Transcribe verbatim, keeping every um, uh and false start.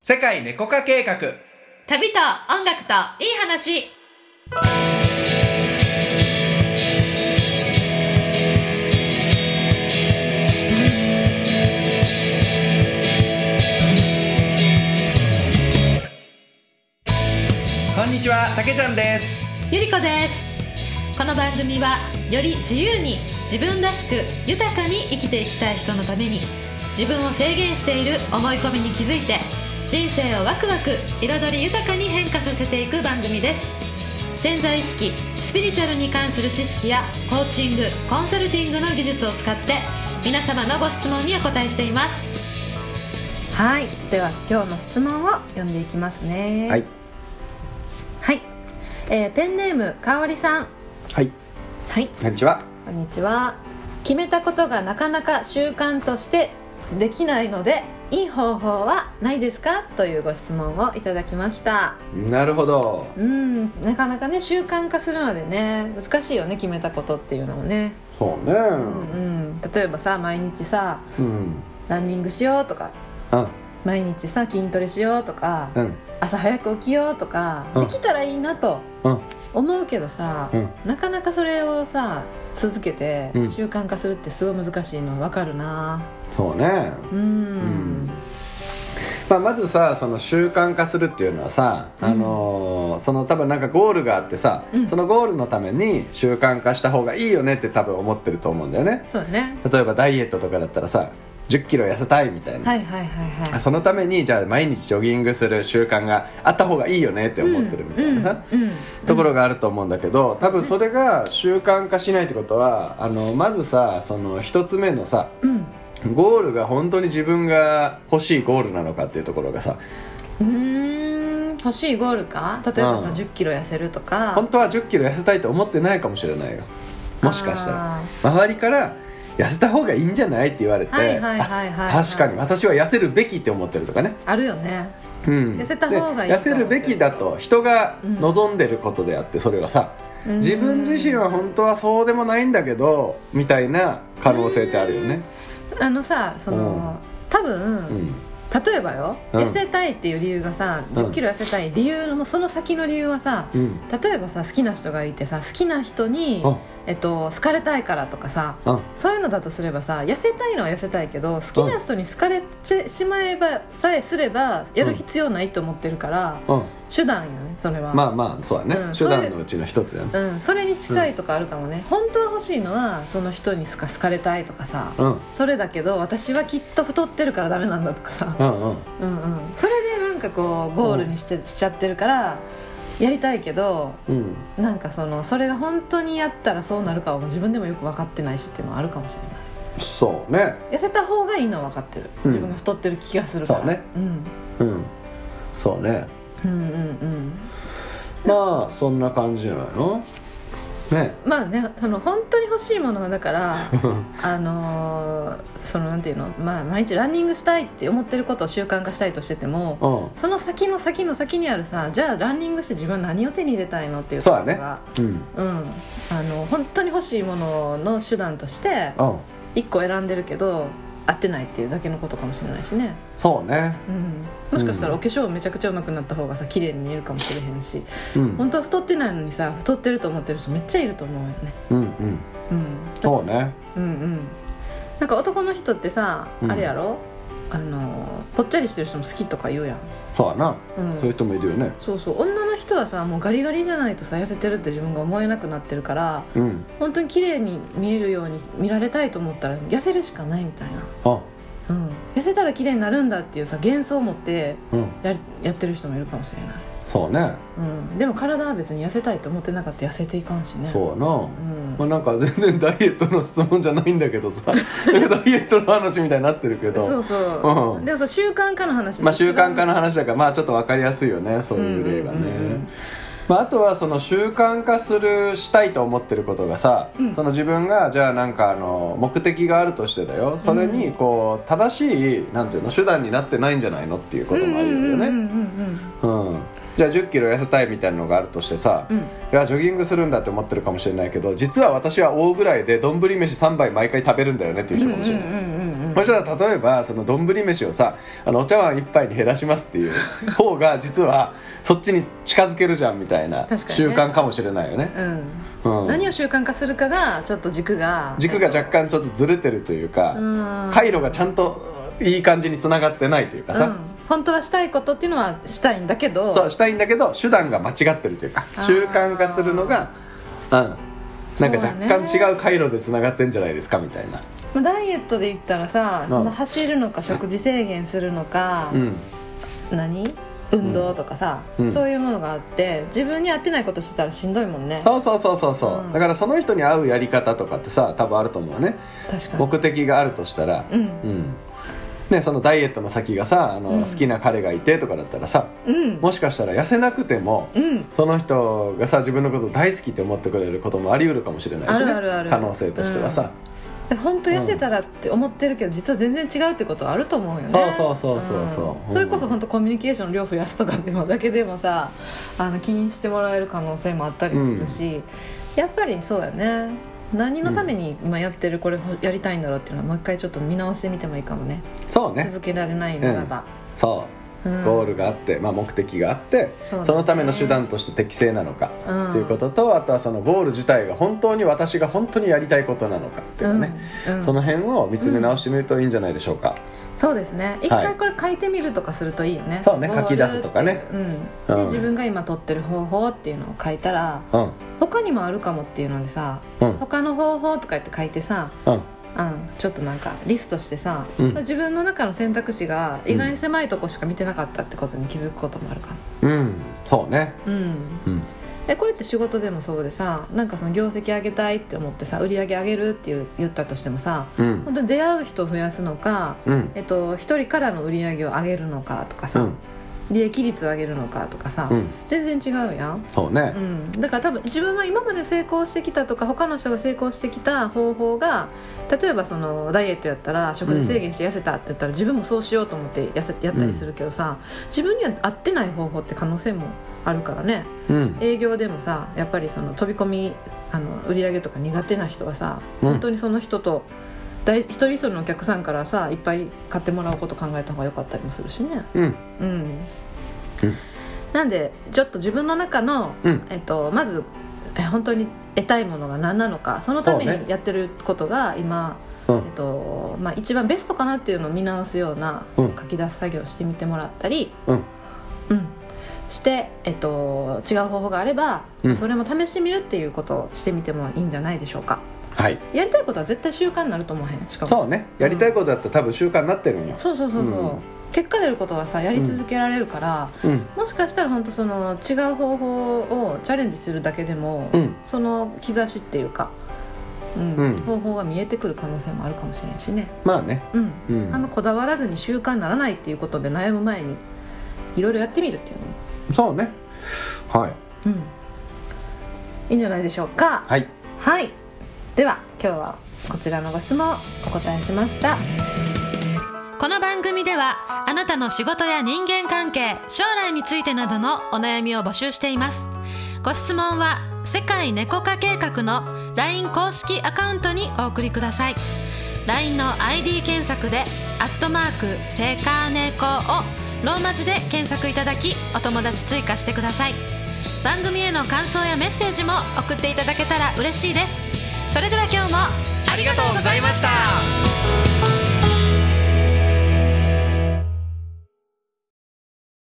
世界猫化計画、 旅と音楽といい話。 こんにちは、たけちゃんです。 ゆりこです。この番組はより自由に自分らしく豊かに生きていきたい人のために、自分を制限している思い込みに気づいて人生をワクワク彩り豊かに変化させていく番組です。潜在意識、スピリチュアルに関する知識やコーチング、コンサルティングの技術を使って皆様のご質問にお答えしています。 はい、では今日の質問を読んでいきますね。 はいはい、えー、ペンネームかおりさん。 はいはい、 こんにちは。 こんにちは。決めたことがなかなか習慣としてできないのでいい方法はないですか、というご質問をいただきました。 なるほど。 うん、なかなかね習慣化するまでね難しいよね、決めたことっていうのもね。 そうね、 うんうん、例えばさ、毎日さ、 うん、 ランニングしようとか、 あ、 毎日さ筋トレしようとか、 うん、 朝早く起きようとか、 うん、 できたらいいなとうん思うけどさ、 うん、 なかなかそれをさ続けて習慣化するってすごい難しいの分かるな。 そうね。 うん、 うんまあ、まずさ、その習慣化するっていうのはさ、うん、あのー、その多分なんかゴールがあってさ、うん、そのゴールのために習慣化した方がいいよねって多分思ってると思うんだよね。 そうね。 例えばダイエットとかだったらさ、じゅっキロ痩せたいみたいな、 はいはいはいはい、 そのためにじゃあ毎日ジョギングする習慣があった方がいいよねって思ってるみたいなさ、うんうんうん、ところがあると思うんだけど、多分それが習慣化しないってことは、あのまずさ、その一つ目のさ、うんゴールが本当に自分が欲しいゴールなのかっていうところがさ、 うーん欲しいゴールか。例えばさ、うん、じゅっキロ痩せるとか、 本当はじゅっキロ痩せたいと思ってないかもしれないよ。もしかしたら周りから痩せた方がいいんじゃないって言われて、確かに私は痩せるべきって思ってるとかね、 あるよね、 うん、 痩せた方がいい。 痩せるべきだと人が望んでることであって、それはさ、うん、自分自身は本当はそうでもないんだけどみたいな可能性ってあるよね。 あのさ、その、うん、多分、うん、例えばよ、うん、痩せたいっていう理由がさ、じゅっキロ痩せたい理由のその先の理由はさ、うん、例えばさ、好きな人がいてさ、好きな人に、うんえっと、好かれたいからとかさ、うん、そういうのだとすればさ、痩せたいのは痩せたいけど好きな人に好かれてしまえばさえすればやる必要ないと思ってるから、うん、手段よね、それは。 まあまあそうだね、うん、手段のうちの一つやね。 うん、それに近いとかあるかもね、うん、本当は欲しいのはその人に好かれたいとかさ、うん、それだけど私はきっと太ってるからダメなんだとかさ、うんうんうんうん、それでなんかこうゴールにして、うん、しちゃってるからやりたいけど、うん、なんかそのそれが本当にやったらそうなるかはもう自分でもよく分かってないしっていうのはあるかもしれない。 そうね。 痩せた方がいいのは分かってる、うん、自分が太ってる気がするから。そうね、 うん、うん、そうね、 うんうんうん、 まあそんな感じじゃないのね。 まあね、その本当に欲しいものがだからあのー、そのなんていうの、まあ、毎日ランニングしたいって思ってることを習慣化したいとしてても、うん、その先の先の先にあるさ、じゃあランニングして自分は何を手に入れたいのっていうところが、そうだね、うんうん、あの本当に欲しいものの手段としていっこ選んでるけど合ってないっていうだけのことかもしれないしね。 そうね、 うん、もしかしたらお化粧めちゃくちゃ上手くなった方がさ綺麗に見えるかもしれへんし、うん、本当は太ってないのにさ太ってると思ってる人めっちゃいると思うよね。 うんうん、うん、そうね。 うんうん。なんか男の人ってさ、うん、あれやろ、あのぽっちゃりしてる人も好きとか言うやん。 そうやな、うん、そういう人もいるよね。 そうそう、女の人はさもうガリガリじゃないとさ痩せてるって自分が思えなくなってるから、うん、本当に綺麗に見えるように見られたいと思ったら痩せるしかないみたいな。あ、うん、痩せたら綺麗になるんだっていうさ幻想を持ってや、うん、やってる人もいるかもしれない。 そうね、 うん、でも体は別に痩せたいと思ってなかったら痩せていかんしね。 そうやな、うん、まあ、なんか全然ダイエットの質問じゃないんだけどさダイエットの話みたいになってるけどそうそう、うん、でもさ習慣化の話、 まあ、習慣化の話だからまあちょっと分かりやすいよね、そういう例がね、うんうんうんうん、まあ、あとはその習慣化するしたいと思ってることがさ、うん、その自分がじゃあなんかあの目的があるとしてだよ、それにこう正しいなんていうの手段になってないんじゃないのっていうこともあるよね。じゃあじゅっキロ痩せたいみたいなのがあるとしてさ、うん、いやジョギングするんだって思ってるかもしれないけど、実は私は大ぐらいで丼飯さんばい毎回食べるんだよねっていう人かもしれない。 もし例えばその丼飯をさあのお茶碗一杯に減らしますっていう方が実はそっちに近づけるじゃんみたいな習慣かもしれないよね。 うんうん、何を習慣化するかがちょっと軸が軸が若干ちょっとずれてるというか、うん、回路がちゃんといい感じにつながってないというかさ、うん、 本当はしたいことっていうのはしたいんだけどそうしたいんだけど手段が間違ってるというか習慣化するのが、うん、なんか若干違う回路でつながってんじゃないですかみたいな。 まあ、ダイエットで言ったらさ、うん、走るのか食事制限するのか、うん、何運動とかさ、うん、そういうものがあって自分に合ってないことしてたらしんどいもんね。 そうそうそうそうそう、うん、だからその人に合うやり方とかってさ多分あると思うね。 確かに目的があるとしたら、うんうんね、そのダイエットの先がさあの、うん、好きな彼がいてとかだったらさ、うん、もしかしたら痩せなくても、うん、その人がさ自分のこと大好きって思ってくれることもあり得るかもしれないしね。 あるあるある可能性としてはさ、 うん、本当痩せたらって思ってるけど、うん、実は全然違うってことはあると思うよね。 そうそうそうそうそう、 うん、それこそ本当コミュニケーション量増やすとかでもだけでもさあの気にしてもらえる可能性もあったりもするし、うん、やっぱりそうやね。何のために今やってるこれやりたいんだろうっていうのはもう一回ちょっと見直してみてもいいかもね。 そうね、 続けられないならば、うん、 そう、うん、ゴールがあって、まあ、目的があって、 そ,、ね、そのための手段として適正なのかっていうことと、うん、あとはそのゴール自体が本当に私が本当にやりたいことなのかっていうかね、うんうん、その辺を見つめ直してみるといいんじゃないでしょうか、うん、 そうですね。一回これ書いてみるとかするといいよね、 はい、そうね、書き出すとかね、 うん、で自分が今取ってる方法っていうのを書いたら、うん、他にもあるかもっていうのでさ、うん、他の方法とか言って書いてさ、うんうん、ちょっとなんかリストしてさ、うん、自分の中の選択肢が意外に狭いとこしか見てなかったってことに気づくこともあるかも。うん、そうね、 うんうん、でこれって仕事でもそうでさ、なんかその業績上げたいって思ってさ売り上げ上げるって言ったとしてもさ、うん、本当に出会う人を増やすのか、うんえっと、一人からの売り上げを上げるのかとかさ、うん利益率を上げるのかとかさ、うん、全然違うやん。 そうね、 うん、だから多分自分は今まで成功してきたとか他の人が成功してきた方法が例えばそのダイエットやったら食事制限して痩せたって言ったら、うん、自分もそうしようと思ってやせやったりするけどさ、うん、自分には合ってない方法って可能性もあるからね、うん、営業でもさやっぱりその飛び込みあの売り上げとか苦手な人はさ、うん、本当にその人と一人一人のお客さんからさいっぱい買ってもらうこと考えた方が良かったりもするしね。うん、うんうん、なんでちょっと自分の中の、うんえっと、まずえ本当に得たいものが何なのか、そのためにやってることが今、うんえっとまあ、一番ベストかなっていうのを見直すような、うん、書き出す作業をしてみてもらったり、うんうん、して、えっと、違う方法があれば、うん、それも試してみるっていうことをしてみてもいいんじゃないでしょうか。はい、やりたいことは絶対習慣になると思わへん。しかもそうね、やりたいことだったら多分習慣になってるんよ、 うん、そうそうそうそう、うん、結果出ることはさやり続けられるから、うん、もしかしたら本当その違う方法をチャレンジするだけでも、うん、その兆しっていうか、うんうん、方法が見えてくる可能性もあるかもしれんしね。 まあね、 うんうん、あんまこだわらずに習慣にならないっていうことで悩む前にいろいろやってみるっていうのもそうね、はい、 うん、いいんじゃないでしょうか。 はい、 はい、では今日はこちらのご質問お答えしました。 この番組ではあなたの仕事や人間関係、将来についてなどのお悩みを募集しています。ご質問は世界猫化計画の ライン 公式アカウントにお送りください。 ライン の アイディー 検索でアットマークセカネコをローマ字で検索いただきお友達追加してください。番組への感想やメッセージも送っていただけたら嬉しいです。それでは今日もありがとうございました。